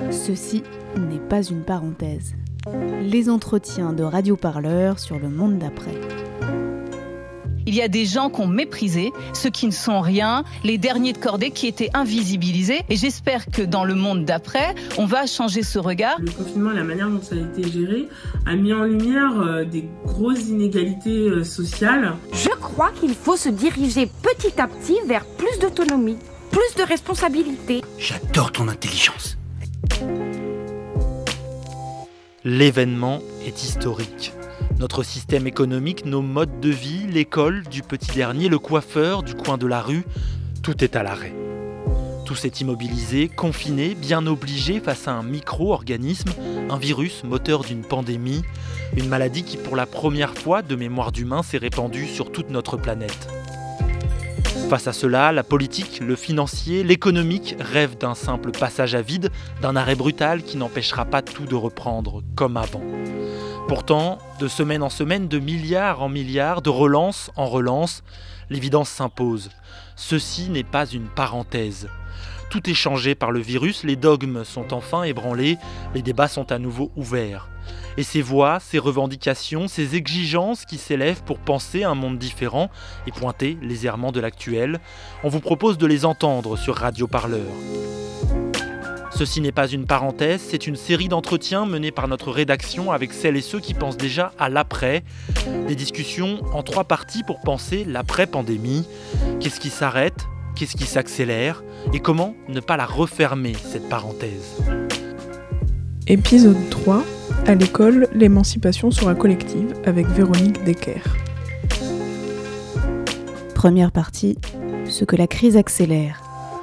Ceci n'est pas une parenthèse. Les entretiens de Radio Parleur sur le monde d'après. Il y a des gens qu'on méprisé, ceux qui ne sont rien, les derniers de cordée qui étaient invisibilisés. Et j'espère que dans le monde d'après, on va changer ce regard. Le confinement et la manière dont ça a été géré a mis en lumière des grosses inégalités sociales. Je crois qu'il faut se diriger petit à petit vers plus d'autonomie, plus de responsabilité. J'adore ton intelligence. L'événement est historique. Notre système économique, nos modes de vie, l'école, du petit dernier, le coiffeur, du coin de la rue, tout est à l'arrêt. Tout s'est immobilisé, confiné, bien obligé face à un micro-organisme, un virus moteur d'une pandémie, une maladie qui pour la première fois de mémoire d'humain s'est répandue sur toute notre planète. Face à cela, la politique, le financier, l'économique rêvent d'un simple passage à vide, d'un arrêt brutal qui n'empêchera pas tout de reprendre comme avant. Pourtant, de semaine en semaine, de milliards en milliards, de relance en relance, l'évidence s'impose. Ceci n'est pas une parenthèse. Tout est changé par le virus, les dogmes sont enfin ébranlés, les débats sont à nouveau ouverts. Et ces voix, ces revendications, ces exigences qui s'élèvent pour penser un monde différent et pointer les errements de l'actuel, on vous propose de les entendre sur Radio Parleur. Ceci n'est pas une parenthèse, c'est une série d'entretiens menés par notre rédaction avec celles et ceux qui pensent déjà à l'après. Des discussions en 3 parties pour penser l'après-pandémie. Qu'est-ce qui s'arrête ? Qu'est-ce qui s'accélère ? Et comment ne pas la refermer, cette parenthèse ? Épisode 3. À l'école, l'émancipation sera collective avec Véronique Decker. Première partie, ce que la crise accélère.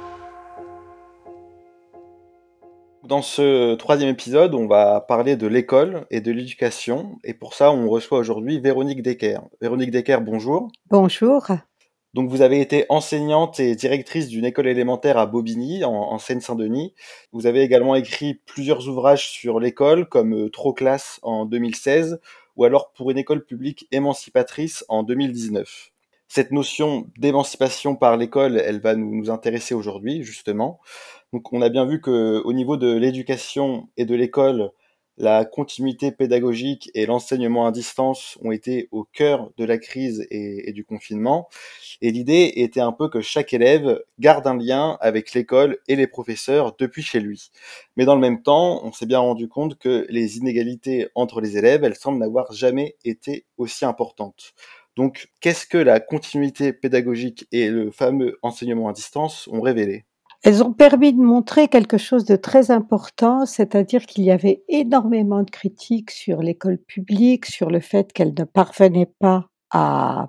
Dans ce 3e épisode, on va parler de l'école et de l'éducation. Et pour ça, on reçoit aujourd'hui Véronique Decker. Véronique Decker, bonjour. Bonjour. Donc, vous avez été enseignante et directrice d'une école élémentaire à Bobigny, en Seine-Saint-Denis. Vous avez également écrit plusieurs ouvrages sur l'école, comme Trop classe en 2016, ou alors Pour une école publique émancipatrice en 2019. Cette notion d'émancipation par l'école, elle va nous intéresser aujourd'hui, justement. Donc, on a bien vu qu'au niveau de l'éducation et de l'école, la continuité pédagogique et l'enseignement à distance ont été au cœur de la crise et du confinement. Et l'idée était un peu que chaque élève garde un lien avec l'école et les professeurs depuis chez lui. Mais dans le même temps, on s'est bien rendu compte que les inégalités entre les élèves, elles semblent n'avoir jamais été aussi importantes. Donc, qu'est-ce que la continuité pédagogique et le fameux enseignement à distance ont révélé ? Elles ont permis de montrer quelque chose de très important, c'est-à-dire qu'il y avait énormément de critiques sur l'école publique, sur le fait qu'elle ne parvenait pas à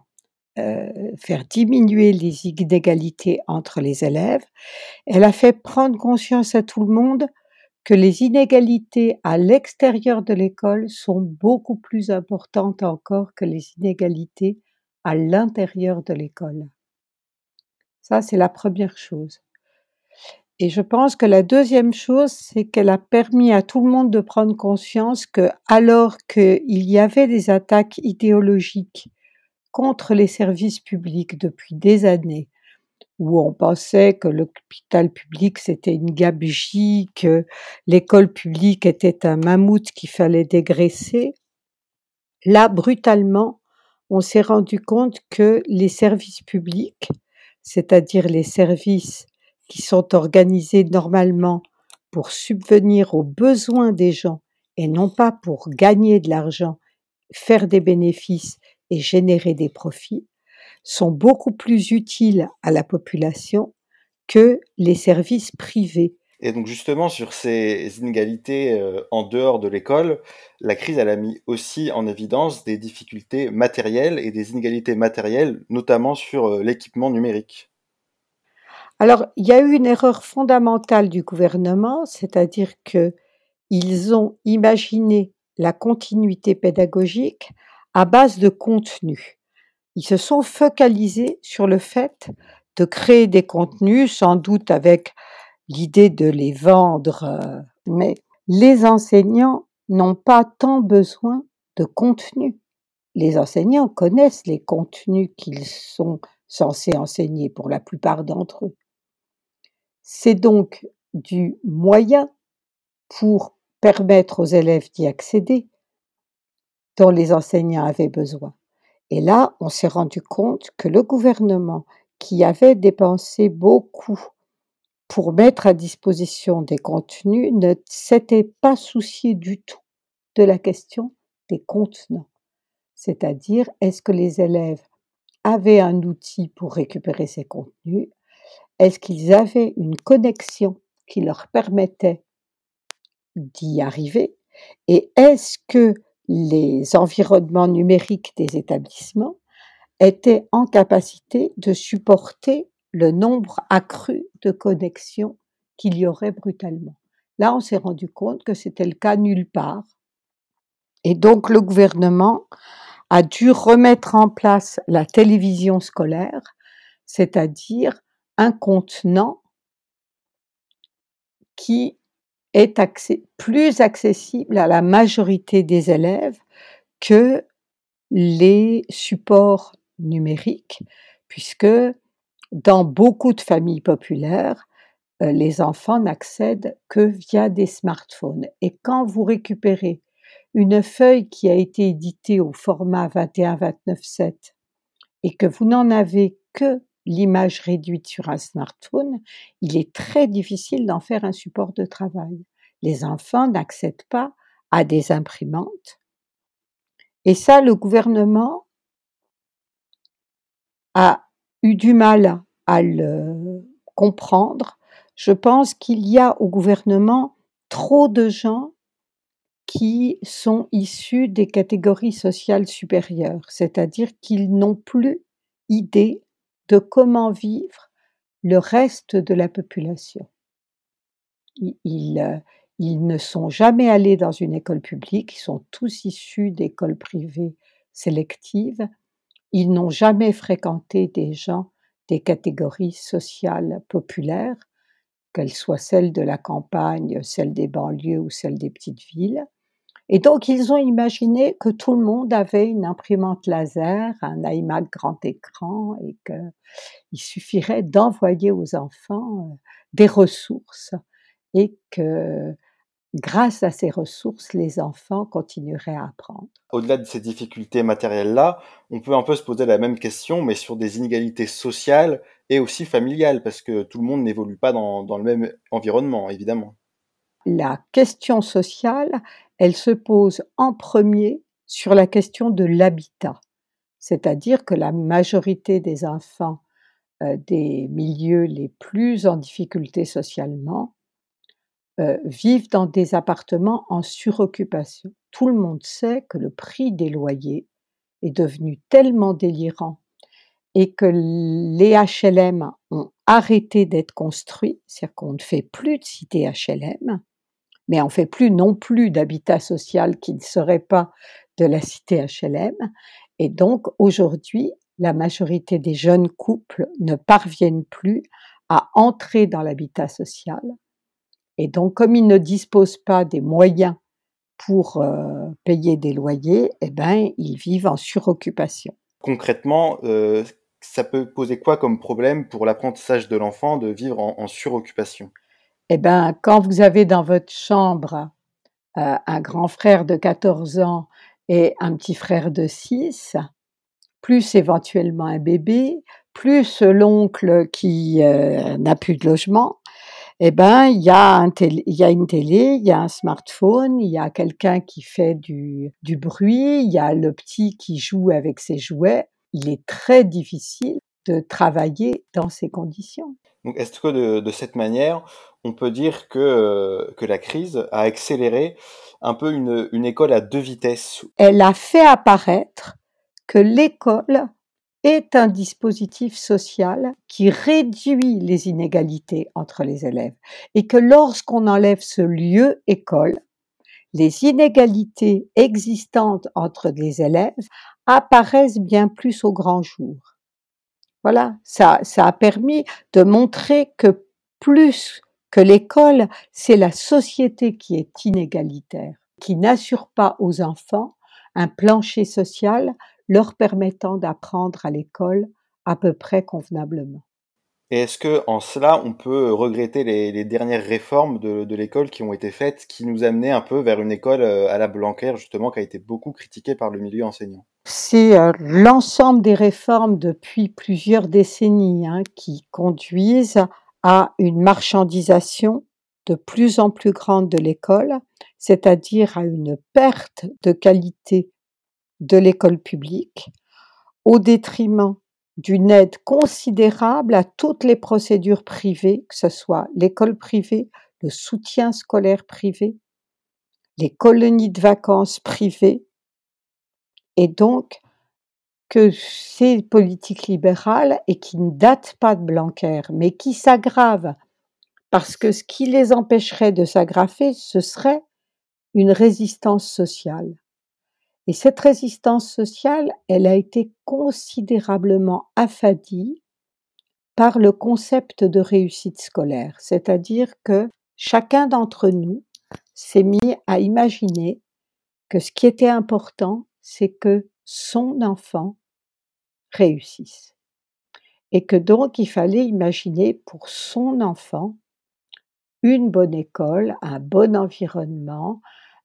faire diminuer les inégalités entre les élèves. Elle a fait prendre conscience à tout le monde que les inégalités à l'extérieur de l'école sont beaucoup plus importantes encore que les inégalités à l'intérieur de l'école. Ça, c'est la première chose. Et je pense que la deuxième chose, c'est qu'elle a permis à tout le monde de prendre conscience que, alors qu'il y avait des attaques idéologiques contre les services publics depuis des années, où on pensait que l'hôpital public c'était une gabegie, que l'école publique était un mammouth qu'il fallait dégraisser, là, brutalement, on s'est rendu compte que les services publics, c'est-à-dire les services qui sont organisés normalement pour subvenir aux besoins des gens et non pas pour gagner de l'argent, faire des bénéfices et générer des profits, sont beaucoup plus utiles à la population que les services privés. Et donc justement, sur ces inégalités en dehors de l'école, la crise elle a mis aussi en évidence des difficultés matérielles et des inégalités matérielles, notamment sur l'équipement numérique. Alors, il y a eu une erreur fondamentale du gouvernement, c'est-à-dire qu'ils ont imaginé la continuité pédagogique à base de contenu. Ils se sont focalisés sur le fait de créer des contenus, sans doute avec l'idée de les vendre, mais les enseignants n'ont pas tant besoin de contenu. Les enseignants connaissent les contenus qu'ils sont censés enseigner pour la plupart d'entre eux. C'est donc du moyen pour permettre aux élèves d'y accéder, dont les enseignants avaient besoin. Et là, on s'est rendu compte que le gouvernement, qui avait dépensé beaucoup pour mettre à disposition des contenus, ne s'était pas soucié du tout de la question des contenants. C'est-à-dire, est-ce que les élèves avaient un outil pour récupérer ces contenus? Est-ce qu'ils avaient une connexion qui leur permettait d'y arriver? Et est-ce que les environnements numériques des établissements étaient en capacité de supporter le nombre accru de connexions qu'il y aurait brutalement? Là, on s'est rendu compte que c'était le cas nulle part. Et donc, le gouvernement a dû remettre en place la télévision scolaire, c'est-à-dire un contenant qui est plus accessible à la majorité des élèves que les supports numériques, puisque dans beaucoup de familles populaires, les enfants n'accèdent que via des smartphones. Et quand vous récupérez une feuille qui a été éditée au format 21-29-7 et que vous n'en avez que l'image réduite sur un smartphone, il est très difficile d'en faire un support de travail. Les enfants n'accèdent pas à des imprimantes. Et ça, le gouvernement a eu du mal à le comprendre. Je pense qu'il y a au gouvernement trop de gens qui sont issus des catégories sociales supérieures, c'est-à-dire qu'ils n'ont plus idée de comment vivre le reste de la population. Ils ne sont jamais allés dans une école publique, ils sont tous issus d'écoles privées sélectives, ils n'ont jamais fréquenté des gens des catégories sociales populaires, qu'elles soient celles de la campagne, celles des banlieues ou celles des petites villes. Et donc, ils ont imaginé que tout le monde avait une imprimante laser, un iMac grand écran et qu'il suffirait d'envoyer aux enfants des ressources et que grâce à ces ressources, les enfants continueraient à apprendre. Au-delà de ces difficultés matérielles-là, on peut un peu se poser la même question, mais sur des inégalités sociales et aussi familiales, parce que tout le monde n'évolue pas dans le même environnement, évidemment. La question sociale, elle se pose en premier sur la question de l'habitat. C'est-à-dire que la majorité des enfants des milieux les plus en difficulté socialement vivent dans des appartements en suroccupation. Tout le monde sait que le prix des loyers est devenu tellement délirant et que les HLM ont arrêté d'être construits, c'est-à-dire qu'on ne fait plus de cités HLM, mais on ne fait plus non plus d'habitat social qui ne serait pas de la cité HLM. Et donc aujourd'hui, la majorité des jeunes couples ne parviennent plus à entrer dans l'habitat social. Et donc, comme ils ne disposent pas des moyens pour payer des loyers, eh ben, ils vivent en suroccupation. Concrètement, ça peut poser quoi comme problème pour l'apprentissage de l'enfant de vivre en suroccupation? Eh ben, quand vous avez dans votre chambre un grand frère de 14 ans et un petit frère de 6, plus éventuellement un bébé, plus l'oncle qui n'a plus de logement, eh ben, il y a une télé, il y a un smartphone, il y a quelqu'un qui fait du bruit, il y a le petit qui joue avec ses jouets. Il est très difficile de travailler dans ces conditions. Donc, est-ce que de cette manière, on peut dire que la crise a accéléré un peu une école à deux vitesses? Elle a fait apparaître que l'école est un dispositif social qui réduit les inégalités entre les élèves et que lorsqu'on enlève ce lieu école, les inégalités existantes entre les élèves apparaissent bien plus au grand jour. Voilà, ça a permis de montrer que plus que l'école, c'est la société qui est inégalitaire, qui n'assure pas aux enfants un plancher social leur permettant d'apprendre à l'école à peu près convenablement. Et est-ce que en cela, on peut regretter les dernières réformes de l'école qui ont été faites, qui nous amenaient un peu vers une école à la Blanquer, justement, qui a été beaucoup critiquée par le milieu enseignant? C'est l'ensemble des réformes depuis plusieurs décennies qui conduisent à une marchandisation de plus en plus grande de l'école, c'est-à-dire à une perte de qualité de l'école publique, au détriment d'une aide considérable à toutes les procédures privées, que ce soit l'école privée, le soutien scolaire privé, les colonies de vacances privées, et donc que ces politiques libérales, et qui ne datent pas de Blanquer, mais qui s'aggravent, parce que ce qui les empêcherait de s'aggraver, ce serait une résistance sociale. Et cette résistance sociale, elle a été considérablement affadie par le concept de réussite scolaire. C'est-à-dire que chacun d'entre nous s'est mis à imaginer que ce qui était important, c'est que son enfant réussisse. Et que donc il fallait imaginer pour son enfant une bonne école, un bon environnement,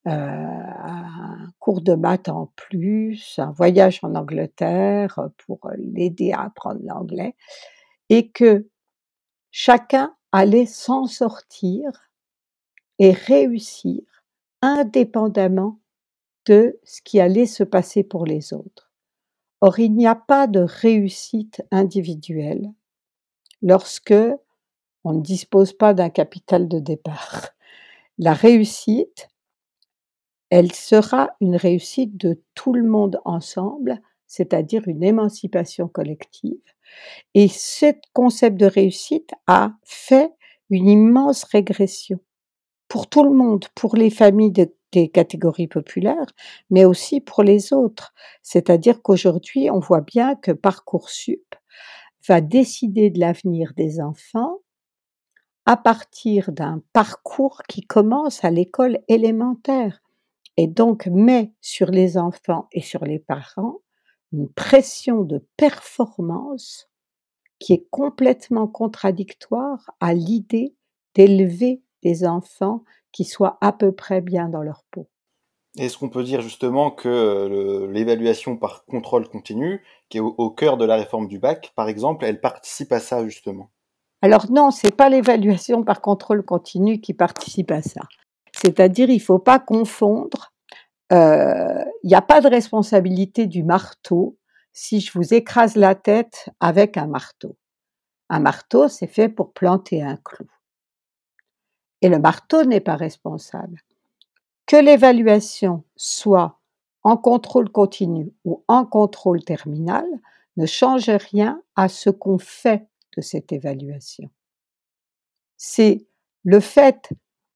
un cours de maths en plus, un voyage en Angleterre pour l'aider à apprendre l'anglais, et que chacun allait s'en sortir et réussir indépendamment de ce qui allait se passer pour les autres. Or, il n'y a pas de réussite individuelle lorsque on ne dispose pas d'un capital de départ. La réussite, elle sera une réussite de tout le monde ensemble, c'est-à-dire une émancipation collective. Et ce concept de réussite a fait une immense régression pour tout le monde, pour les familles des catégories populaires, mais aussi pour les autres. C'est-à-dire qu'aujourd'hui, on voit bien que Parcoursup va décider de l'avenir des enfants à partir d'un parcours qui commence à l'école élémentaire, et donc met sur les enfants et sur les parents une pression de performance qui est complètement contradictoire à l'idée d'élever des enfants qui soient à peu près bien dans leur peau. Est-ce qu'on peut dire justement que l'évaluation par contrôle continu, qui est au cœur de la réforme du bac, par exemple, elle participe à ça justement? Alors non, c'est pas l'évaluation par contrôle continu qui participe à ça. C'est-à-dire, il faut pas confondre, il y a pas de responsabilité du marteau si je vous écrase la tête avec un marteau. Un marteau, c'est fait pour planter un clou. Et le marteau n'est pas responsable. Que l'évaluation soit en contrôle continu ou en contrôle terminal ne change rien à ce qu'on fait de cette évaluation. C'est le fait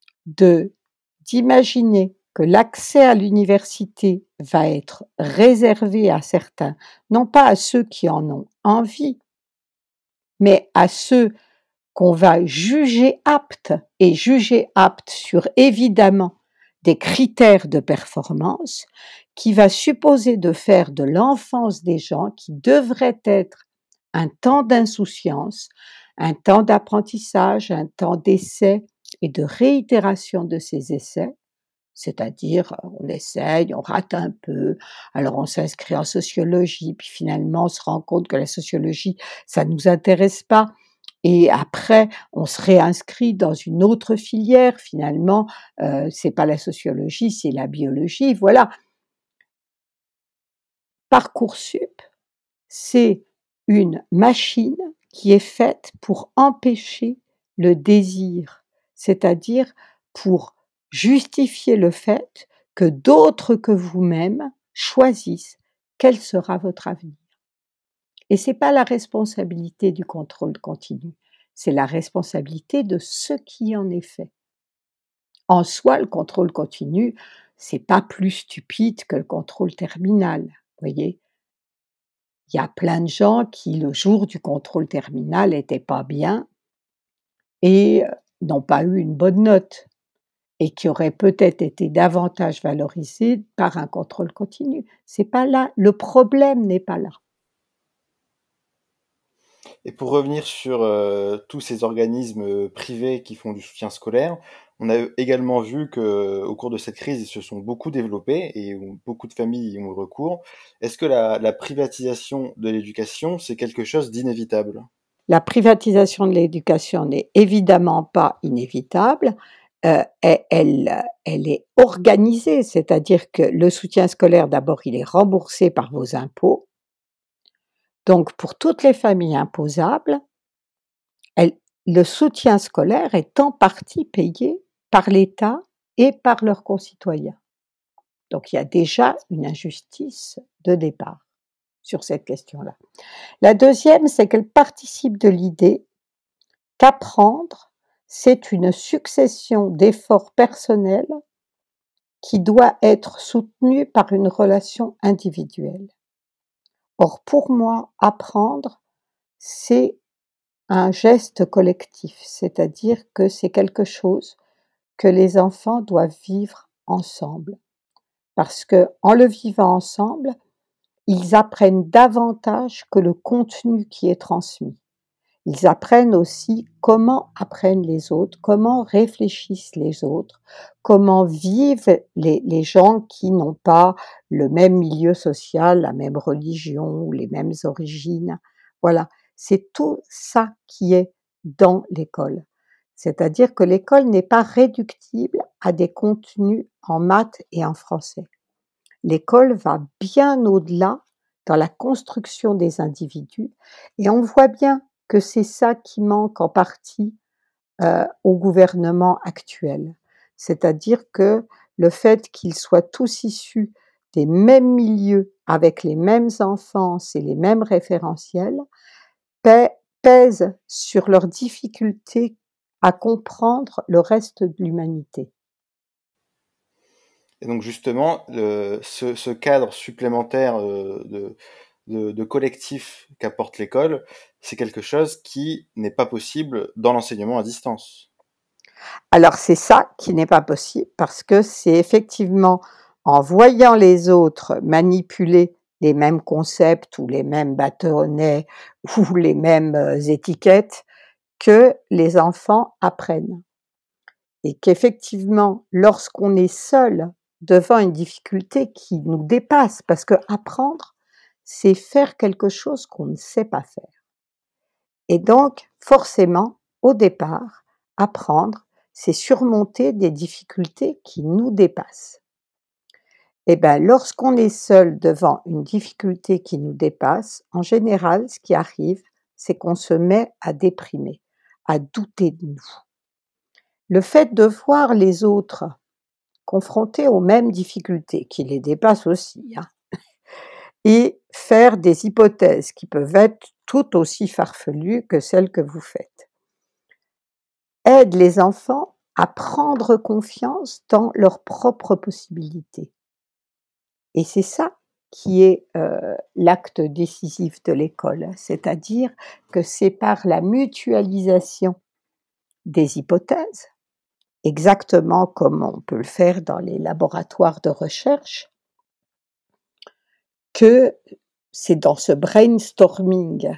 d'imaginer que l'accès à l'université va être réservé à certains, non pas à ceux qui en ont envie, mais à ceux qu'on va juger aptes, et juger aptes sur évidemment des critères de performance, qui va supposer de faire de l'enfance des gens, qui devrait être un temps d'insouciance, un temps d'apprentissage, un temps d'essai et de réitération de ces essais, c'est-à-dire on essaye, on rate un peu, alors on s'inscrit en sociologie, puis finalement on se rend compte que la sociologie, ça ne nous intéresse pas, et après on se réinscrit dans une autre filière, finalement c'est pas la sociologie, c'est la biologie, voilà. Parcoursup, c'est une machine qui est faite pour empêcher le désir, c'est-à-dire pour justifier le fait que d'autres que vous-même choisissent quel sera votre avenir. Et c'est pas la responsabilité du contrôle continu, c'est la responsabilité de ce qui en est fait. En soi, le contrôle continu, c'est pas plus stupide que le contrôle terminal, voyez? Il y a plein de gens qui, le jour du contrôle terminal, étaient pas bien et n'ont pas eu une bonne note, et qui auraient peut-être été davantage valorisés par un contrôle continu. C'est pas là, le problème n'est pas là. Et pour revenir sur tous ces organismes privés qui font du soutien scolaire, on a également vu qu'au cours de cette crise, ils se sont beaucoup développés et où beaucoup de familles y ont recours. Est-ce que la privatisation de l'éducation, c'est quelque chose d'inévitable? La privatisation de l'éducation n'est évidemment pas inévitable. Elle est organisée, c'est-à-dire que le soutien scolaire, d'abord, il est remboursé par vos impôts. Donc, pour toutes les familles imposables, le soutien scolaire est en partie payé par l'État et par leurs concitoyens. Donc, il y a déjà une injustice de départ sur cette question-là. La deuxième, c'est qu'elle participe de l'idée qu'apprendre, c'est une succession d'efforts personnels qui doit être soutenue par une relation individuelle. Or, pour moi, apprendre, c'est un geste collectif, c'est-à-dire que c'est quelque chose que les enfants doivent vivre ensemble. Parce qu'en le vivant ensemble, ils apprennent davantage que le contenu qui est transmis. Ils apprennent aussi comment apprennent les autres, comment réfléchissent les autres, comment vivent les gens qui n'ont pas le même milieu social, la même religion ou les mêmes origines. Voilà, c'est tout ça qui est dans l'école. C'est-à-dire que l'école n'est pas réductible à des contenus en maths et en français. L'école va bien au-delà dans la construction des individus et on voit bien que c'est ça qui manque en partie au gouvernement actuel. C'est-à-dire que le fait qu'ils soient tous issus des mêmes milieux, avec les mêmes enfances et les mêmes référentiels, pèse sur leur difficulté à comprendre le reste de l'humanité. Et donc justement, ce cadre supplémentaire de collectif qu'apporte l'école, c'est quelque chose qui n'est pas possible dans l'enseignement à distance. Alors c'est ça qui n'est pas possible parce que c'est effectivement en voyant les autres manipuler les mêmes concepts ou les mêmes bâtonnets ou les mêmes étiquettes que les enfants apprennent. Et qu'effectivement, lorsqu'on est seul devant une difficulté qui nous dépasse, parce que apprendre, c'est faire quelque chose qu'on ne sait pas faire. Et donc, forcément, au départ, apprendre, c'est surmonter des difficultés qui nous dépassent. Et bien, lorsqu'on est seul devant une difficulté qui nous dépasse, en général, ce qui arrive, c'est qu'on se met à déprimer, à douter de nous. Le fait de voir les autres confrontés aux mêmes difficultés, qui les dépassent aussi, et faire des hypothèses qui peuvent être tout aussi farfelues que celles que vous faites, aide les enfants à prendre confiance dans leurs propres possibilités. Et c'est ça qui est l'acte décisif de l'école, c'est-à-dire que c'est par la mutualisation des hypothèses, exactement comme on peut le faire dans les laboratoires de recherche, que c'est dans ce brainstorming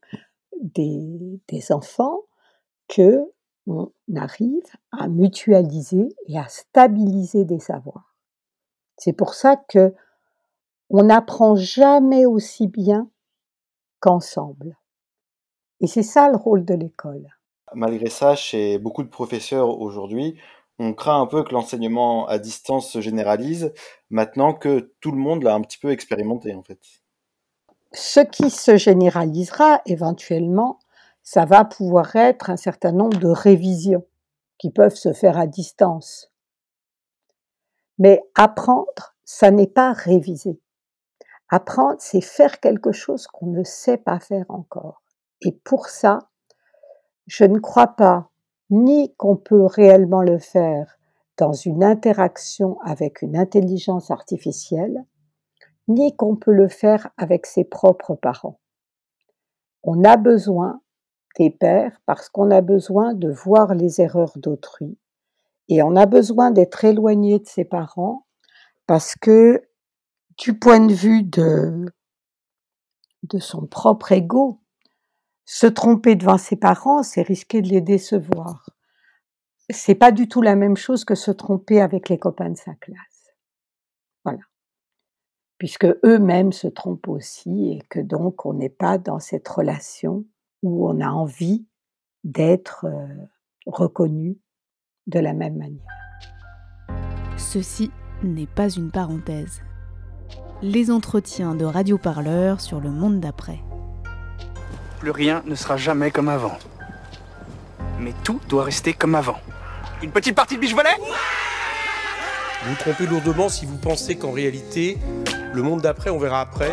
des enfants qu'on arrive à mutualiser et à stabiliser des savoirs. C'est pour ça qu'on n'apprend jamais aussi bien qu'ensemble. Et c'est ça le rôle de l'école. Malgré ça, chez beaucoup de professeurs aujourd'hui, on craint un peu que l'enseignement à distance se généralise, maintenant que tout le monde l'a un petit peu expérimenté en fait. Ce qui se généralisera éventuellement, ça va pouvoir être un certain nombre de révisions qui peuvent se faire à distance. Mais apprendre, ça n'est pas réviser. Apprendre, c'est faire quelque chose qu'on ne sait pas faire encore. Et pour ça, je ne crois pas ni qu'on peut réellement le faire dans une interaction avec une intelligence artificielle, ni qu'on peut le faire avec ses propres parents. On a besoin des pères parce qu'on a besoin de voir les erreurs d'autrui et on a besoin d'être éloigné de ses parents parce que du point de vue de son propre ego, Se tromper devant ses parents, c'est risquer de les décevoir. C'est pas du tout la même chose que se tromper avec les copains de sa classe. Voilà. Puisque eux-mêmes se trompent aussi et que donc on n'est pas dans cette relation où on a envie d'être, reconnu de la même manière. Ceci n'est pas une parenthèse. Les entretiens de Radio Parleur sur le monde d'après. Plus rien ne sera jamais comme avant. Mais tout doit rester comme avant. Une petite partie de beach-volley ? Vous vous trompez lourdement si vous pensez qu'en réalité, le monde d'après, on verra après.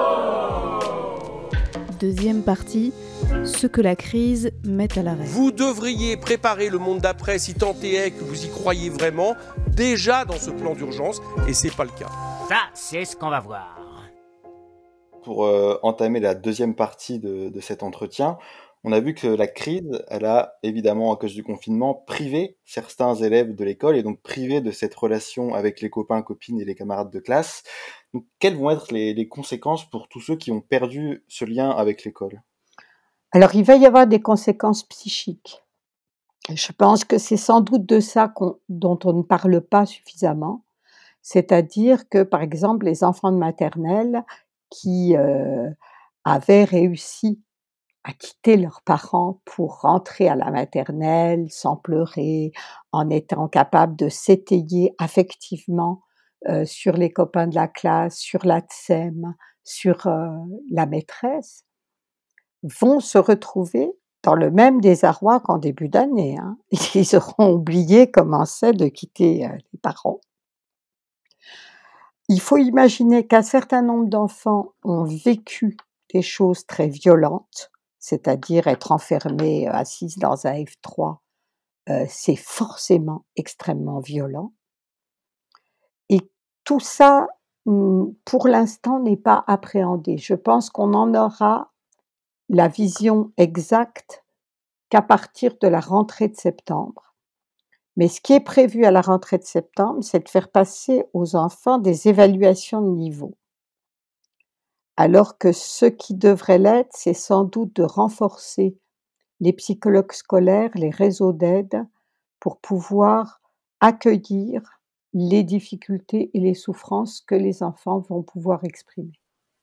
Deuxième partie, ce que la crise met à l'arrêt. Vous devriez préparer le monde d'après si tant est que vous y croyez vraiment, déjà dans ce plan d'urgence, et c'est pas le cas. Ça, c'est ce qu'on va voir. Pour entamer la deuxième partie de cet entretien, on a vu que la crise, elle a évidemment, à cause du confinement, privé certains élèves de l'école et donc privé de cette relation avec les copains, copines et les camarades de classe. Donc, quelles vont être les conséquences pour tous ceux qui ont perdu ce lien avec l'école ? Alors, il va y avoir des conséquences psychiques. Je pense que c'est sans doute de ça dont on ne parle pas suffisamment. C'est-à-dire que, par exemple, les enfants de maternelle qui avaient réussi à quitter leurs parents pour rentrer à la maternelle sans pleurer, en étant capables de s'étayer affectivement sur les copains de la classe, sur la TSEM, sur la maîtresse, vont se retrouver dans le même désarroi qu'en début d'année. Ils auront oublié comment c'est de quitter les parents. Il faut imaginer qu'un certain nombre d'enfants ont vécu des choses très violentes, c'est-à-dire être enfermés, assises dans un F3, c'est forcément extrêmement violent. Et tout ça, pour l'instant, n'est pas appréhendé. Je pense qu'on en aura la vision exacte qu'à partir de la rentrée de septembre. Mais ce qui est prévu à la rentrée de septembre, c'est de faire passer aux enfants des évaluations de niveau. Alors que ce qui devrait l'être, c'est sans doute de renforcer les psychologues scolaires, les réseaux d'aide, pour pouvoir accueillir les difficultés et les souffrances que les enfants vont pouvoir exprimer.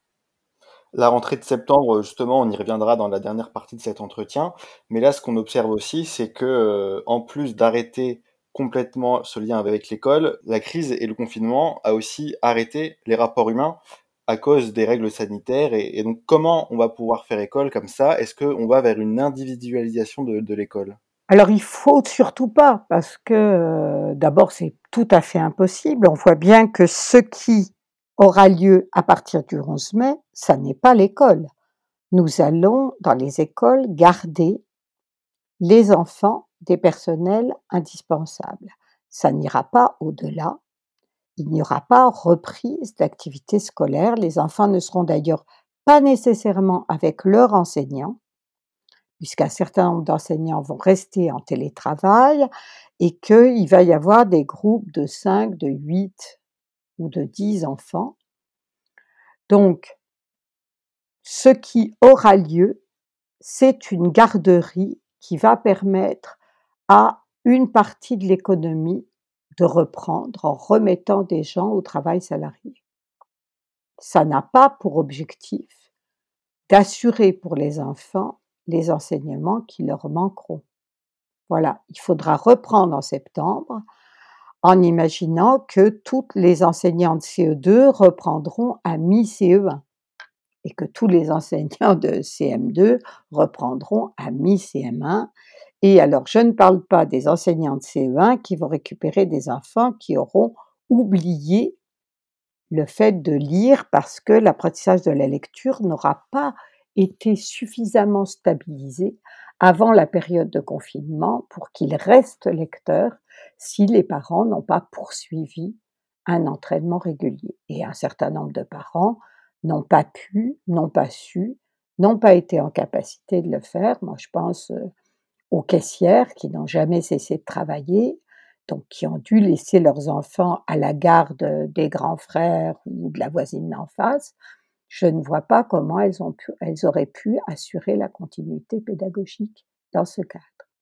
La rentrée de septembre, justement, on y reviendra dans la dernière partie de cet entretien. Mais là, ce qu'on observe aussi, c'est que, en plus d'arrêter complètement ce lien avec l'école, la crise et le confinement a aussi arrêté les rapports humains à cause des règles sanitaires. Et donc, comment on va pouvoir faire école comme ça ? Est-ce qu'on va vers une individualisation de l'école ? Alors il faut surtout pas, parce que d'abord c'est tout à fait impossible. On voit bien que ce qui aura lieu à partir du 11 mai, ça n'est pas l'école. Nous allons, dans les écoles, garder les enfants des personnels indispensables. Ça n'ira pas au-delà. Il n'y aura pas reprise d'activité scolaire. Les enfants ne seront d'ailleurs pas nécessairement avec leurs enseignants, puisqu'un certain nombre d'enseignants vont rester en télétravail et qu'il va y avoir des groupes de 5, de 8 ou de 10 enfants. Donc, ce qui aura lieu, c'est une garderie qui va permettre à une partie de l'économie de reprendre en remettant des gens au travail salarié. Ça n'a pas pour objectif d'assurer pour les enfants les enseignements qui leur manqueront. Voilà, il faudra reprendre en septembre en imaginant que toutes les enseignants de CE2 reprendront à mi-CE1 et que tous les enseignants de CM2 reprendront à mi-CM1. Et alors, je ne parle pas des enseignants de CE1 qui vont récupérer des enfants qui auront oublié le fait de lire parce que l'apprentissage de la lecture n'aura pas été suffisamment stabilisé avant la période de confinement pour qu'ils restent lecteurs si les parents n'ont pas poursuivi un entraînement régulier. Et un certain nombre de parents n'ont pas pu, n'ont pas su, n'ont pas été en capacité de le faire. Moi, je pense aux caissières qui n'ont jamais cessé de travailler, donc qui ont dû laisser leurs enfants à la garde des grands frères ou de la voisine d'en face. je ne vois pas comment elles auraient pu assurer la continuité pédagogique dans ce cadre.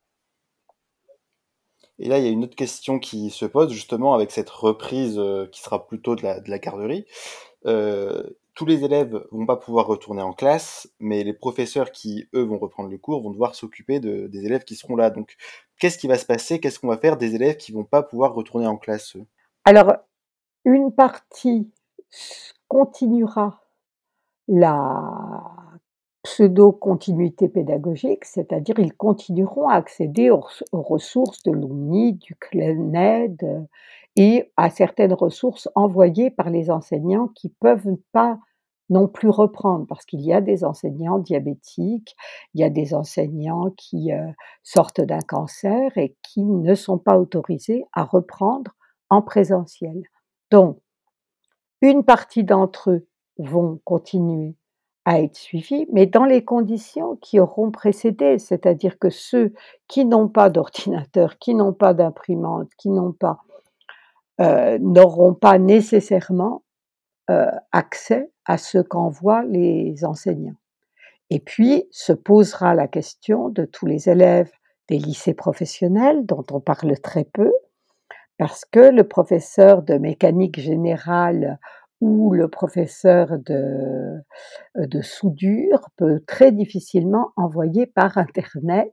Et là, il y a une autre question qui se pose justement avec cette reprise qui sera plutôt de la garderie. Tous les élèves vont pas pouvoir retourner en classe, mais les professeurs qui, eux, vont reprendre le cours vont devoir s'occuper des élèves qui seront là. Donc, qu'est-ce qui va se passer? Qu'est-ce qu'on va faire des élèves qui vont pas pouvoir retourner en classe, eux? Alors, une partie continuera la pseudo-continuité pédagogique, c'est-à-dire ils continueront à accéder aux ressources de l'UNI, du CNED et à certaines ressources envoyées par les enseignants qui peuvent pas non plus reprendre parce qu'il y a des enseignants diabétiques, il y a des enseignants qui, sortent d'un cancer et qui ne sont pas autorisés à reprendre en présentiel. Donc une partie d'entre eux vont continuer à être suivis, mais dans les conditions qui auront précédé. C'est-à-dire que ceux qui n'ont pas d'ordinateur, qui n'ont pas d'imprimante, qui n'ont pas, n'auront pas nécessairement, accès à ce qu'envoient les enseignants. Et puis se posera la question de tous les élèves des lycées professionnels dont on parle très peu, parce que le professeur de mécanique générale ou le professeur de soudure peut très difficilement envoyer par internet,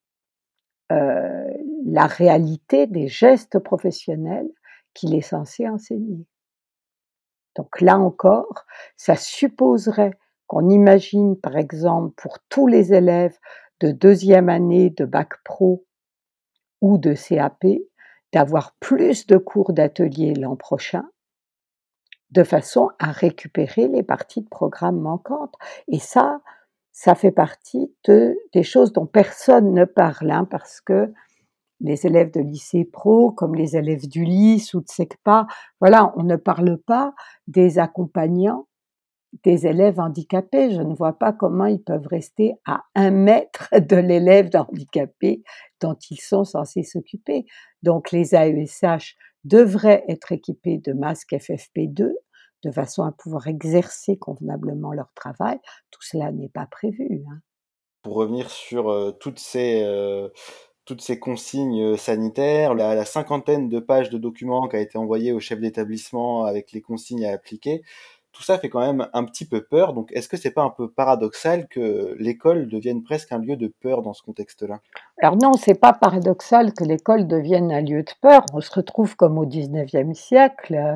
la réalité des gestes professionnels qu'il est censé enseigner. Donc là encore, ça supposerait qu'on imagine, par exemple, pour tous les élèves de 2e année de bac pro ou de CAP, d'avoir plus de cours d'atelier l'an prochain, de façon à récupérer les parties de programme manquantes. Et ça fait partie des choses dont personne ne parle, hein, parce que les élèves de lycée pro, comme les élèves d'ULIS ou de SECPA, voilà, on ne parle pas des accompagnants des élèves handicapés. Je ne vois pas comment ils peuvent rester à 1 mètre de l'élève handicapé dont ils sont censés s'occuper. Donc les AESH devraient être équipés de masques FFP2 de façon à pouvoir exercer convenablement leur travail. Tout cela n'est pas prévu, hein. Pour revenir sur, toutes ces consignes, sanitaires, la cinquantaine de pages de documents qui a été envoyée au chef d'établissement avec les consignes à appliquer, tout ça fait quand même un petit peu peur. Donc est-ce que c'est pas un peu paradoxal que l'école devienne presque un lieu de peur dans ce contexte-là? Alors non, c'est pas paradoxal que l'école devienne un lieu de peur. On se retrouve comme au XIXe siècle.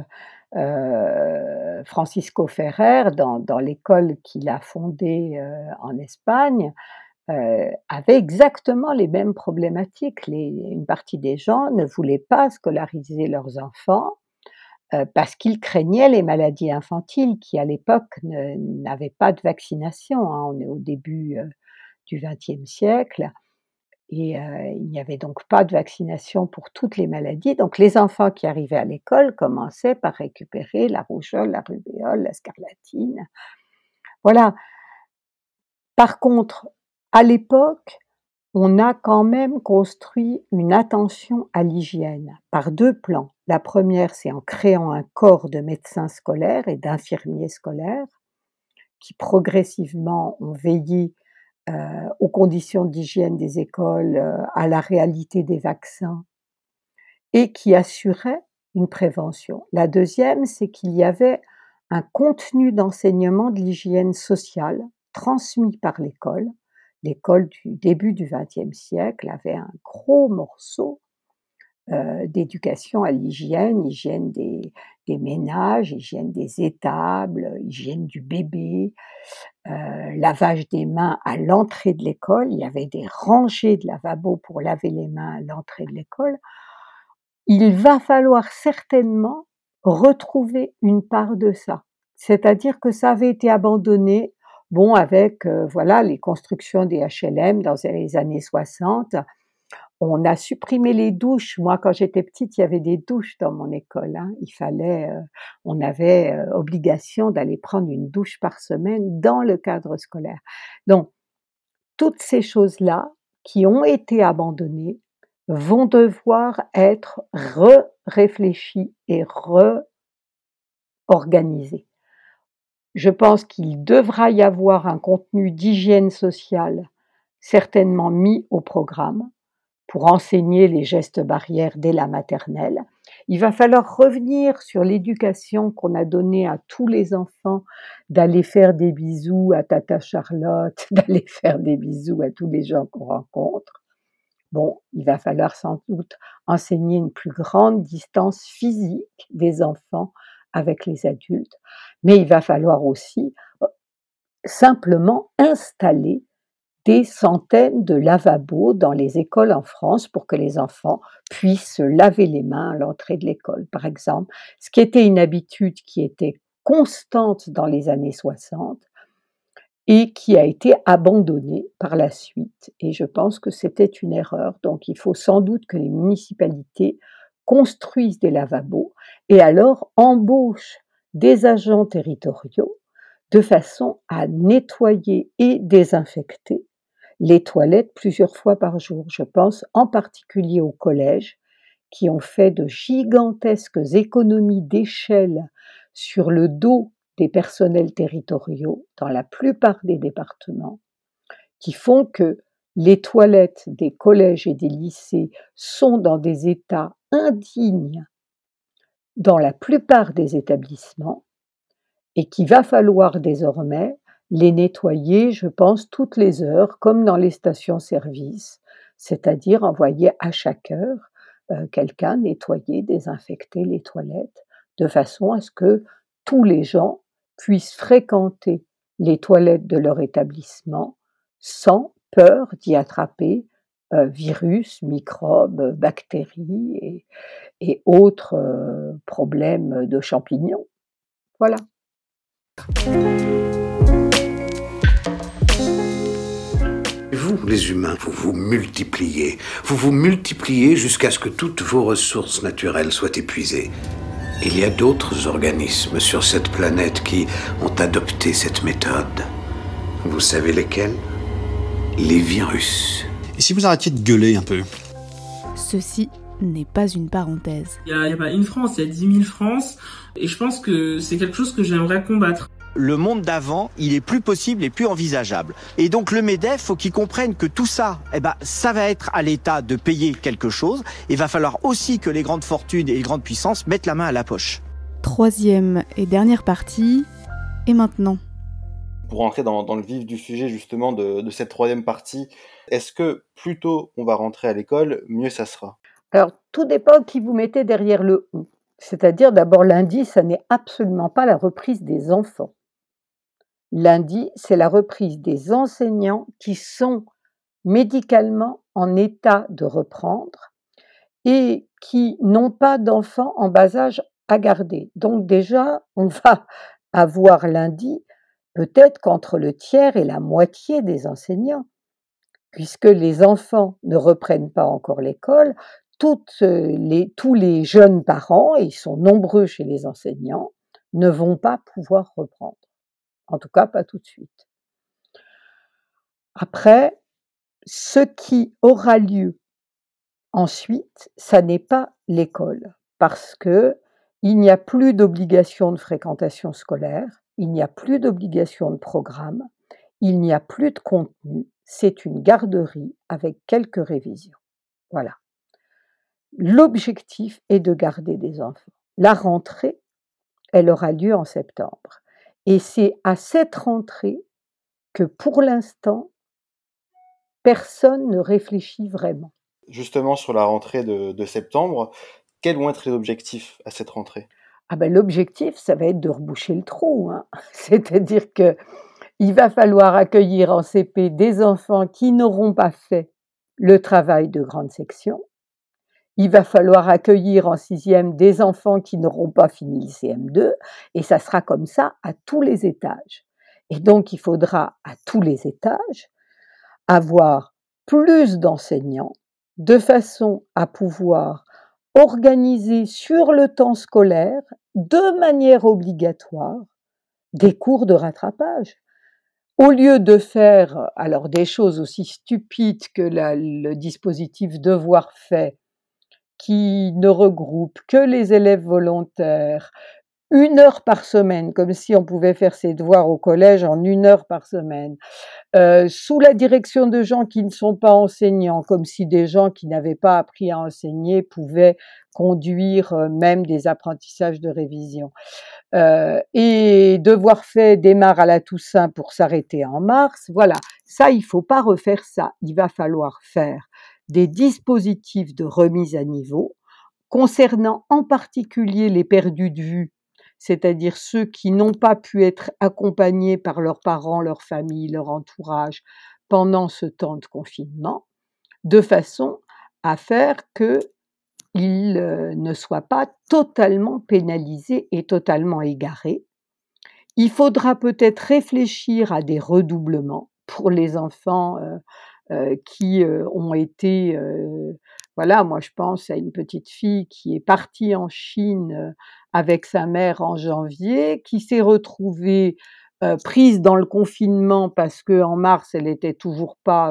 Francisco Ferrer, dans l'école qu'il a fondée, en Espagne, avait exactement les mêmes problématiques. Une partie des gens ne voulaient pas scolariser leurs enfants, parce qu'ils craignaient les maladies infantiles qui, à l'époque, n'avaient pas de vaccination, hein. On est au début, du XXe siècle et il n'y avait donc pas de vaccination pour toutes les maladies. Donc les enfants qui arrivaient à l'école commençaient par récupérer la rougeole, la rubéole, la scarlatine. Voilà. Par contre, à l'époque, on a quand même construit une attention à l'hygiène par 2 plans. La première, c'est en créant un corps de médecins scolaires et d'infirmiers scolaires qui progressivement ont veillé, aux conditions d'hygiène des écoles, à la réalité des vaccins et qui assuraient une prévention. La deuxième, c'est qu'il y avait un contenu d'enseignement de l'hygiène sociale transmis par l'école. L'école du début du XXe siècle avait un gros morceau, d'éducation à l'hygiène, hygiène des ménages, hygiène des étables, hygiène du bébé, lavage des mains à l'entrée de l'école. Il y avait des rangées de lavabos pour laver les mains à l'entrée de l'école. Il va falloir certainement retrouver une part de ça. C'est-à-dire que ça avait été abandonné, bon avec, voilà, les constructions des HLM dans les années 60. On a supprimé les douches. Moi, quand j'étais petite, il y avait des douches dans mon école, hein. On avait, obligation d'aller prendre une douche par semaine dans le cadre scolaire. Donc, toutes ces choses-là qui ont été abandonnées vont devoir être réfléchies et réorganisées. Je pense qu'il devra y avoir un contenu d'hygiène sociale certainement mis au programme pour enseigner les gestes barrières dès la maternelle. Il va falloir revenir sur l'éducation qu'on a donnée à tous les enfants, d'aller faire des bisous à tata Charlotte, d'aller faire des bisous à tous les gens qu'on rencontre. Bon, il va falloir sans doute enseigner une plus grande distance physique des enfants avec les adultes, mais il va falloir aussi simplement installer des centaines de lavabos dans les écoles en France pour que les enfants puissent se laver les mains à l'entrée de l'école, par exemple. Ce qui était une habitude qui était constante dans les années 60 et qui a été abandonnée par la suite. Et je pense que c'était une erreur. Donc il faut sans doute que les municipalités construisent des lavabos et alors embauchent des agents territoriaux de façon à nettoyer et désinfecter les toilettes plusieurs fois par jour. Je pense en particulier aux collèges qui ont fait de gigantesques économies d'échelle sur le dos des personnels territoriaux dans la plupart des départements, qui font que les toilettes des collèges et des lycées sont dans des états indignes dans la plupart des établissements et qu'il va falloir désormais les nettoyer, je pense, toutes les heures, comme dans les stations-service, c'est-à-dire envoyer à chaque heure quelqu'un nettoyer, désinfecter les toilettes, de façon à ce que tous les gens puissent fréquenter les toilettes de leur établissement sans peur d'y attraper virus, microbes, bactéries et autres problèmes de champignons. Voilà. Vous, les humains, vous vous multipliez jusqu'à ce que toutes vos ressources naturelles soient épuisées. Il y a d'autres organismes sur cette planète qui ont adopté cette méthode. Vous savez lesquels? Les virus. Et si vous arrêtiez de gueuler un peu? Ceci n'est pas une parenthèse. Il n'y a pas une France, il y a 10 000 France. Et je pense que c'est quelque chose que j'aimerais combattre. Le monde d'avant, il est plus possible et plus envisageable. Et donc le MEDEF, faut qu'il comprenne que tout ça, ça va être à l'État de payer quelque chose. Il va falloir aussi que les grandes fortunes et les grandes puissances mettent la main à la poche. Troisième et dernière partie, et maintenant? Pour entrer dans le vif du sujet justement de cette troisième partie, est-ce que plus tôt on va rentrer à l'école, mieux ça sera? Alors, tout dépend qui vous mettez derrière le « on ». C'est-à-dire, d'abord, lundi, ça n'est absolument pas la reprise des enfants. Lundi, c'est la reprise des enseignants qui sont médicalement en état de reprendre et qui n'ont pas d'enfants en bas âge à garder. Donc déjà, on va avoir lundi peut-être qu'entre le tiers et la moitié des enseignants, puisque les enfants ne reprennent pas encore l'école, tous les jeunes parents, et ils sont nombreux chez les enseignants, ne vont pas pouvoir reprendre. En tout cas, pas tout de suite. Après, ce qui aura lieu ensuite, ça n'est pas l'école, parce que il n'y a plus d'obligation de fréquentation scolaire, il n'y a plus d'obligation de programme, il n'y a plus de contenu, c'est une garderie avec quelques révisions. Voilà. L'objectif est de garder des enfants. La rentrée, elle aura lieu en septembre. Et c'est à cette rentrée que, pour l'instant, personne ne réfléchit vraiment. Justement, sur la rentrée de septembre, quels vont être les objectifs à cette rentrée? L'objectif, ça va être de reboucher le trou. C'est-à-dire qu'il va falloir accueillir en CP des enfants qui n'auront pas fait le travail de grande section. Il va falloir accueillir en 6e des enfants qui n'auront pas fini le CM2, et ça sera comme ça à tous les étages. Et donc, il faudra à tous les étages avoir plus d'enseignants de façon à pouvoir organiser sur le temps scolaire, de manière obligatoire, des cours de rattrapage. Au lieu de faire des choses aussi stupides que le dispositif devoir fait, qui ne regroupe que les élèves volontaires, 1 heure par semaine, comme si on pouvait faire ses devoirs au collège en 1 heure par semaine, sous la direction de gens qui ne sont pas enseignants, comme si des gens qui n'avaient pas appris à enseigner pouvaient conduire même des apprentissages de révision. Et devoir fait démarre à la Toussaint pour s'arrêter en mars, voilà. Ça, il faut pas refaire ça. Il va falloir faire des dispositifs de remise à niveau, concernant en particulier les perdus de vue, c'est-à-dire ceux qui n'ont pas pu être accompagnés par leurs parents, leur famille, leur entourage pendant ce temps de confinement, de façon à faire qu'ils ne soient pas totalement pénalisés et totalement égarés. Il faudra peut-être réfléchir à des redoublements pour les enfants qui ont été, voilà, moi je pense à une petite fille qui est partie en Chine avec sa mère en janvier, qui s'est retrouvée prise dans le confinement parce qu'en mars elle était toujours pas,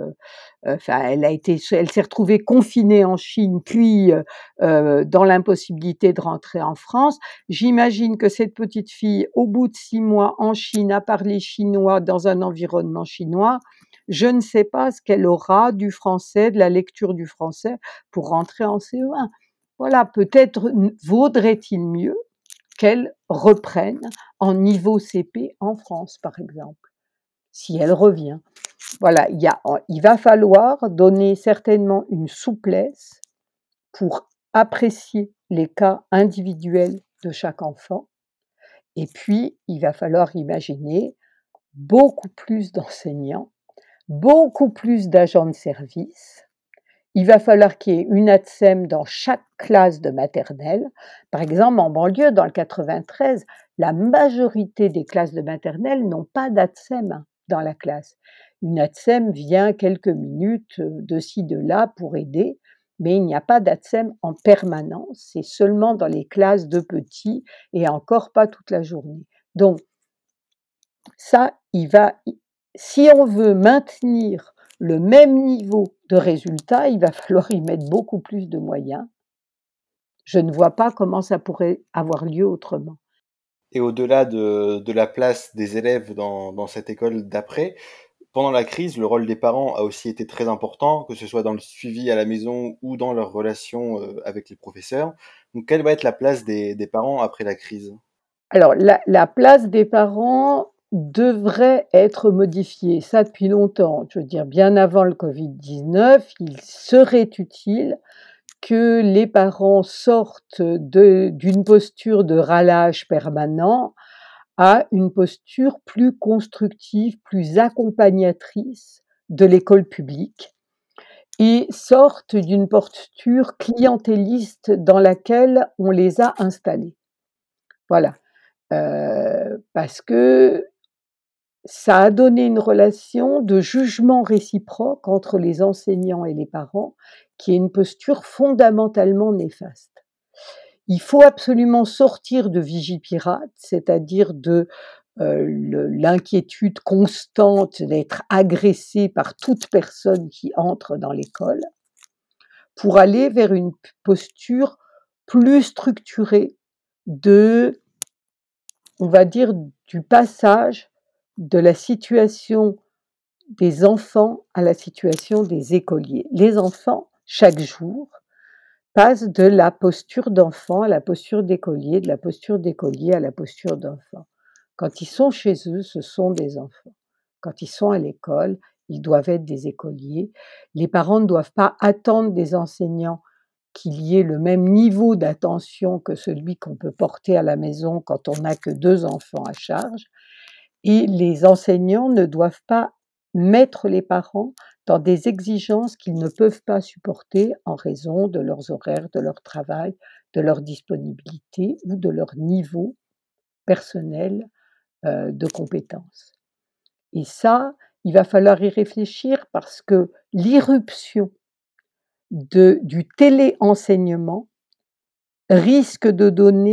enfin elle s'est retrouvée confinée en Chine, puis dans l'impossibilité de rentrer en France. J'imagine que cette petite fille, au bout de 6 mois en Chine, à parler chinois dans un environnement chinois, je ne sais pas ce qu'elle aura du français, de la lecture du français pour rentrer en CE1. Voilà, peut-être vaudrait-il mieux qu'elle reprenne en niveau CP en France, par exemple, si elle revient. Voilà, il va falloir donner certainement une souplesse pour apprécier les cas individuels de chaque enfant. Et puis, il va falloir imaginer beaucoup plus d'enseignants, beaucoup plus d'agents de service. Il va falloir qu'il y ait une ATSEM dans chaque classe de maternelle. Par exemple, en banlieue, dans le 93, la majorité des classes de maternelle n'ont pas d'ATSEM dans la classe. Une ATSEM vient quelques minutes de ci, de là pour aider, mais il n'y a pas d'ATSEM en permanence, c'est seulement dans les classes de petits et encore pas toute la journée. Donc, ça, si on veut maintenir le même niveau de résultats, il va falloir y mettre beaucoup plus de moyens. Je ne vois pas comment ça pourrait avoir lieu autrement. Et au-delà de la place des élèves dans cette école d'après, pendant la crise, le rôle des parents a aussi été très important, que ce soit dans le suivi à la maison ou dans leur relation avec les professeurs. Donc, quelle va être la place des parents après la crise? Alors, la place des parents devrait être modifiée, ça depuis longtemps. Je veux dire, bien avant le Covid-19, il serait utile que les parents sortent d'une posture de râlage permanent à une posture plus constructive, plus accompagnatrice de l'école publique et sortent d'une posture clientéliste dans laquelle on les a installés. Voilà. Parce que ça a donné une relation de jugement réciproque entre les enseignants et les parents, qui est une posture fondamentalement néfaste. Il faut absolument sortir de Vigipirate, c'est-à-dire de l'inquiétude constante d'être agressé par toute personne qui entre dans l'école, pour aller vers une posture plus structurée on va dire, du passage de la situation des enfants à la situation des écoliers. Les enfants, chaque jour, passent de la posture d'enfant à la posture d'écolier, de la posture d'écolier à la posture d'enfant. Quand ils sont chez eux, ce sont des enfants. Quand ils sont à l'école, ils doivent être des écoliers. Les parents ne doivent pas attendre des enseignants qu'il y ait le même niveau d'attention que celui qu'on peut porter à la maison quand on n'a que 2 enfants à charge. Et les enseignants ne doivent pas mettre les parents dans des exigences qu'ils ne peuvent pas supporter en raison de leurs horaires, de leur travail, de leur disponibilité ou de leur niveau personnel de compétences. Et ça, il va falloir y réfléchir parce que l'irruption du téléenseignement risque de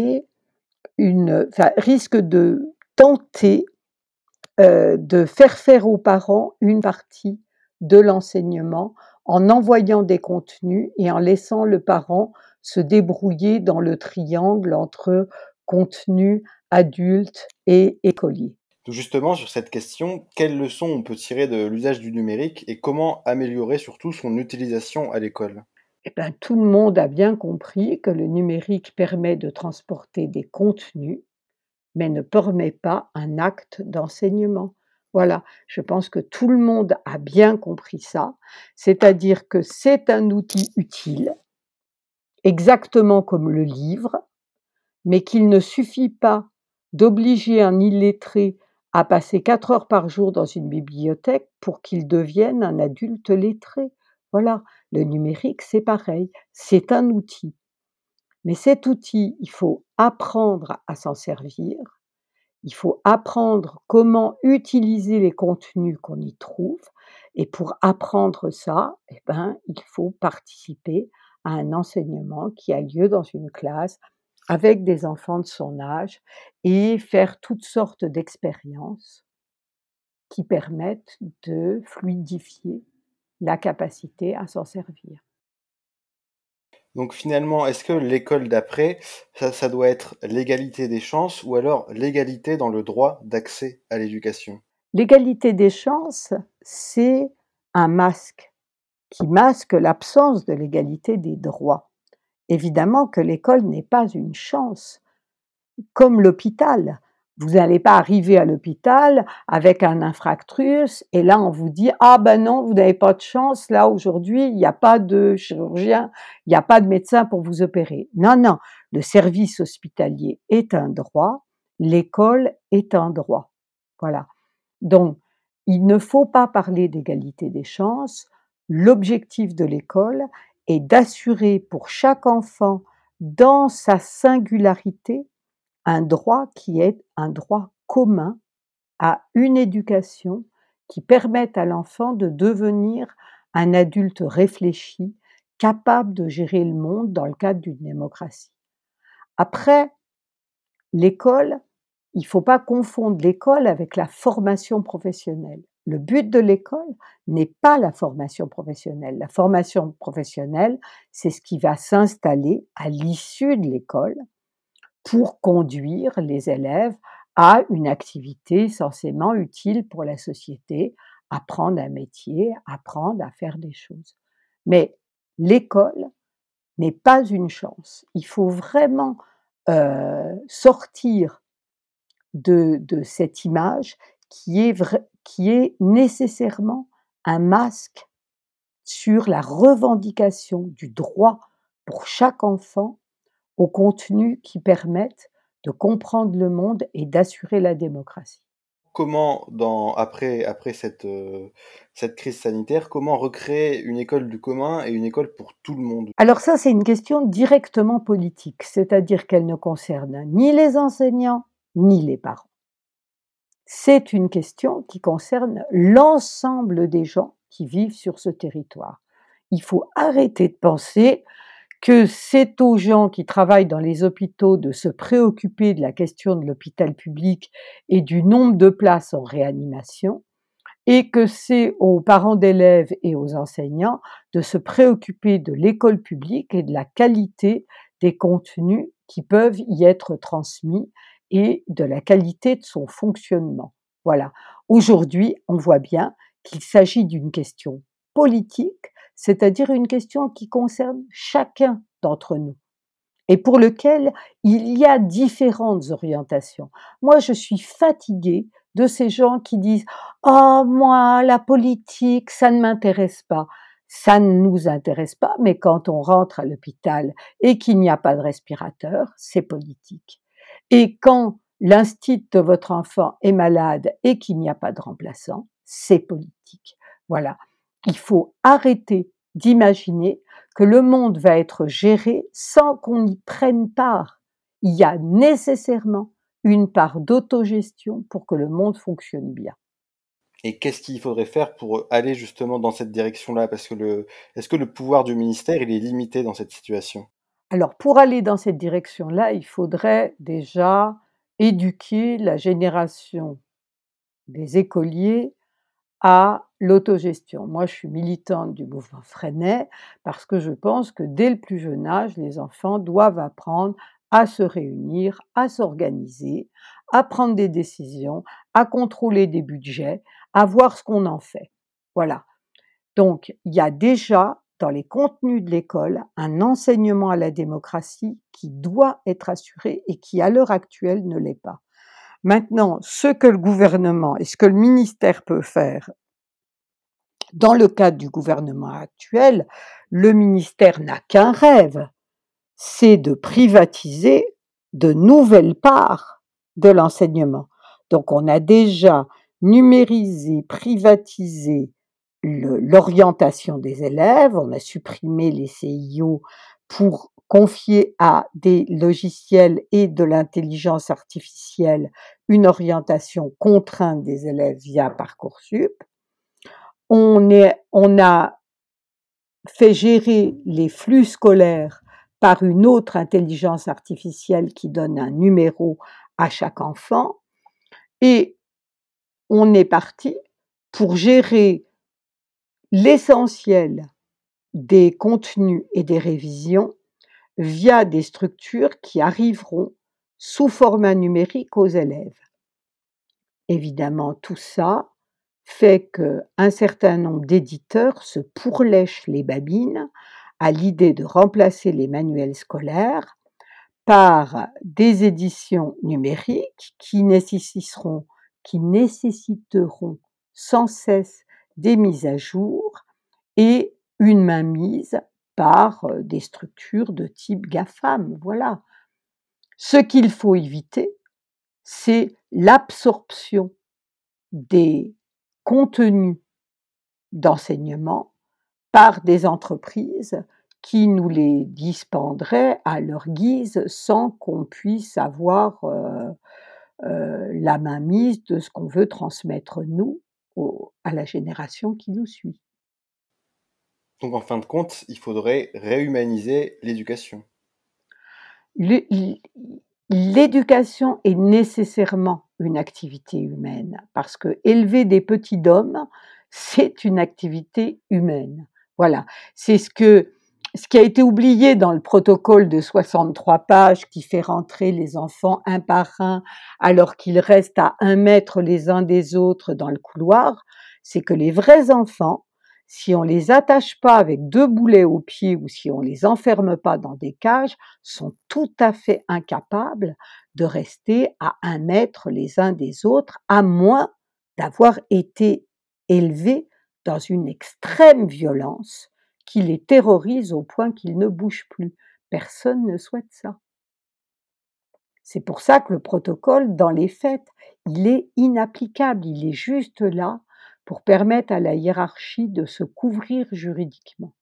risque de tenter de faire aux parents une partie de l'enseignement en envoyant des contenus et en laissant le parent se débrouiller dans le triangle entre contenu adulte et écolier. Donc justement, sur cette question, quelles leçons on peut tirer de l'usage du numérique et comment améliorer surtout son utilisation à l'école? Eh ben, tout le monde a bien compris que le numérique permet de transporter des contenus, mais ne permet pas un acte d'enseignement. Voilà, je pense que tout le monde a bien compris ça, c'est-à-dire que c'est un outil utile, exactement comme le livre, mais qu'il ne suffit pas d'obliger un illettré à passer 4 heures par jour dans une bibliothèque pour qu'il devienne un adulte lettré. Voilà, le numérique, c'est pareil, c'est un outil. Mais cet outil, il faut apprendre à s'en servir, il faut apprendre comment utiliser les contenus qu'on y trouve et pour apprendre ça, eh ben, il faut participer à un enseignement qui a lieu dans une classe avec des enfants de son âge et faire toutes sortes d'expériences qui permettent de fluidifier la capacité à s'en servir. Donc finalement, est-ce que l'école d'après, ça doit être l'égalité des chances ou alors l'égalité dans le droit d'accès à l'éducation? L'égalité des chances, c'est un masque qui masque l'absence de l'égalité des droits. Évidemment que l'école n'est pas une chance, comme l'hôpital. Vous n'allez pas arriver à l'hôpital avec un infarctus et là on vous dit: «Ah ben non, vous n'avez pas de chance, là aujourd'hui il n'y a pas de chirurgien, il n'y a pas de médecin pour vous opérer». Non, non, le service hospitalier est un droit, l'école est un droit. Voilà. Donc, il ne faut pas parler d'égalité des chances. L'objectif de l'école est d'assurer pour chaque enfant, dans sa singularité, un droit qui est un droit commun à une éducation qui permette à l'enfant de devenir un adulte réfléchi, capable de gérer le monde dans le cadre d'une démocratie. Après, l'école, il ne faut pas confondre l'école avec la formation professionnelle. Le but de l'école n'est pas la formation professionnelle. La formation professionnelle, c'est ce qui va s'installer à l'issue de l'école pour conduire les élèves à une activité censément utile pour la société, apprendre un métier, apprendre à faire des choses. Mais l'école n'est pas une chance. Il faut vraiment sortir de cette image qui est nécessairement un masque sur la revendication du droit pour chaque enfant aux contenus qui permettent de comprendre le monde et d'assurer la démocratie. Comment après cette crise sanitaire, comment recréer une école du commun et une école pour tout le monde? Alors ça, c'est une question directement politique, c'est-à-dire qu'elle ne concerne ni les enseignants, ni les parents. C'est une question qui concerne l'ensemble des gens qui vivent sur ce territoire. Il faut arrêter de penser que c'est aux gens qui travaillent dans les hôpitaux de se préoccuper de la question de l'hôpital public et du nombre de places en réanimation, et que c'est aux parents d'élèves et aux enseignants de se préoccuper de l'école publique et de la qualité des contenus qui peuvent y être transmis et de la qualité de son fonctionnement. Voilà. Aujourd'hui, on voit bien qu'il s'agit d'une question politique, c'est-à-dire une question qui concerne chacun d'entre nous et pour lequel il y a différentes orientations. Moi, je suis fatiguée de ces gens qui disent « Oh, moi, la politique, ça ne m'intéresse pas ». Ça ne nous intéresse pas, mais quand on rentre à l'hôpital et qu'il n'y a pas de respirateur, c'est politique. Et quand l'instit de votre enfant est malade et qu'il n'y a pas de remplaçant, c'est politique. Voilà. Il faut arrêter d'imaginer que le monde va être géré sans qu'on y prenne part. Il y a nécessairement une part d'autogestion pour que le monde fonctionne bien. Et qu'est-ce qu'il faudrait faire pour aller justement dans cette direction-là? Parce que est-ce que le pouvoir du ministère, il est limité dans cette situation? Alors, pour aller dans cette direction-là, il faudrait déjà éduquer la génération des écoliers à l'autogestion. Moi, je suis militante du mouvement Freinet parce que je pense que dès le plus jeune âge, les enfants doivent apprendre à se réunir, à s'organiser, à prendre des décisions, à contrôler des budgets, à voir ce qu'on en fait. Voilà. Donc, il y a déjà, dans les contenus de l'école, un enseignement à la démocratie qui doit être assuré et qui, à l'heure actuelle, ne l'est pas. Maintenant, ce que le gouvernement et ce que le ministère peut faire, dans le cadre du gouvernement actuel, le ministère n'a qu'un rêve, c'est de privatiser de nouvelles parts de l'enseignement. Donc, on a déjà numérisé, privatisé l'orientation des élèves, on a supprimé les CIO pour confier à des logiciels et de l'intelligence artificielle une orientation contrainte des élèves via Parcoursup. On a fait gérer les flux scolaires par une autre intelligence artificielle qui donne un numéro à chaque enfant, et on est parti pour gérer l'essentiel des contenus et des révisions via des structures qui arriveront sous format numérique aux élèves. Évidemment, tout ça fait qu'un certain nombre d'éditeurs se pourlèchent les babines à l'idée de remplacer les manuels scolaires par des éditions numériques qui nécessiteront sans cesse des mises à jour et une mainmise par des structures de type GAFAM. Voilà. Ce qu'il faut éviter, c'est l'absorption des contenus d'enseignement par des entreprises qui nous les dispenderaient à leur guise sans qu'on puisse avoir la mainmise de ce qu'on veut transmettre nous à la génération qui nous suit. Donc en fin de compte, il faudrait réhumaniser l'éducation. L'éducation est nécessairement une activité humaine, parce que élever des petits d'hommes, c'est une activité humaine. Voilà, c'est ce qui a été oublié dans le protocole de 63 pages qui fait rentrer les enfants un par un alors qu'ils restent à 1 mètre les uns des autres dans le couloir, c'est que les vrais enfants, si on les attache pas avec 2 boulets aux pieds ou si on les enferme pas dans des cages, sont tout à fait incapables de rester à 1 mètre les uns des autres, à moins d'avoir été élevés dans une extrême violence qui les terrorise au point qu'ils ne bougent plus. Personne ne souhaite ça. C'est pour ça que le protocole, dans les faits, il est inapplicable, il est juste là pour permettre à la hiérarchie de se couvrir juridiquement.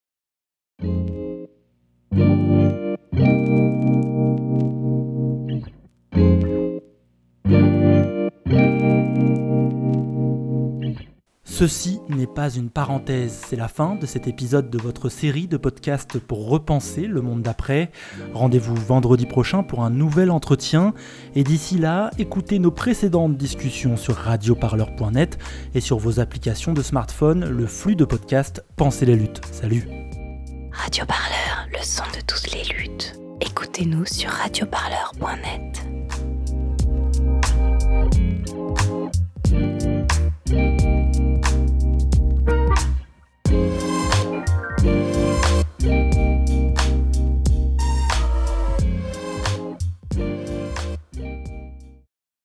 Ceci n'est pas une parenthèse, c'est la fin de cet épisode de votre série de podcasts pour repenser le monde d'après. Rendez-vous vendredi prochain pour un nouvel entretien, et d'ici là, écoutez nos précédentes discussions sur radioparleur.net et sur vos applications de smartphone, le flux de podcasts Pensez les luttes. Salut. Radio Parleur, le son de toutes les luttes. Écoutez-nous sur radioparleur.net.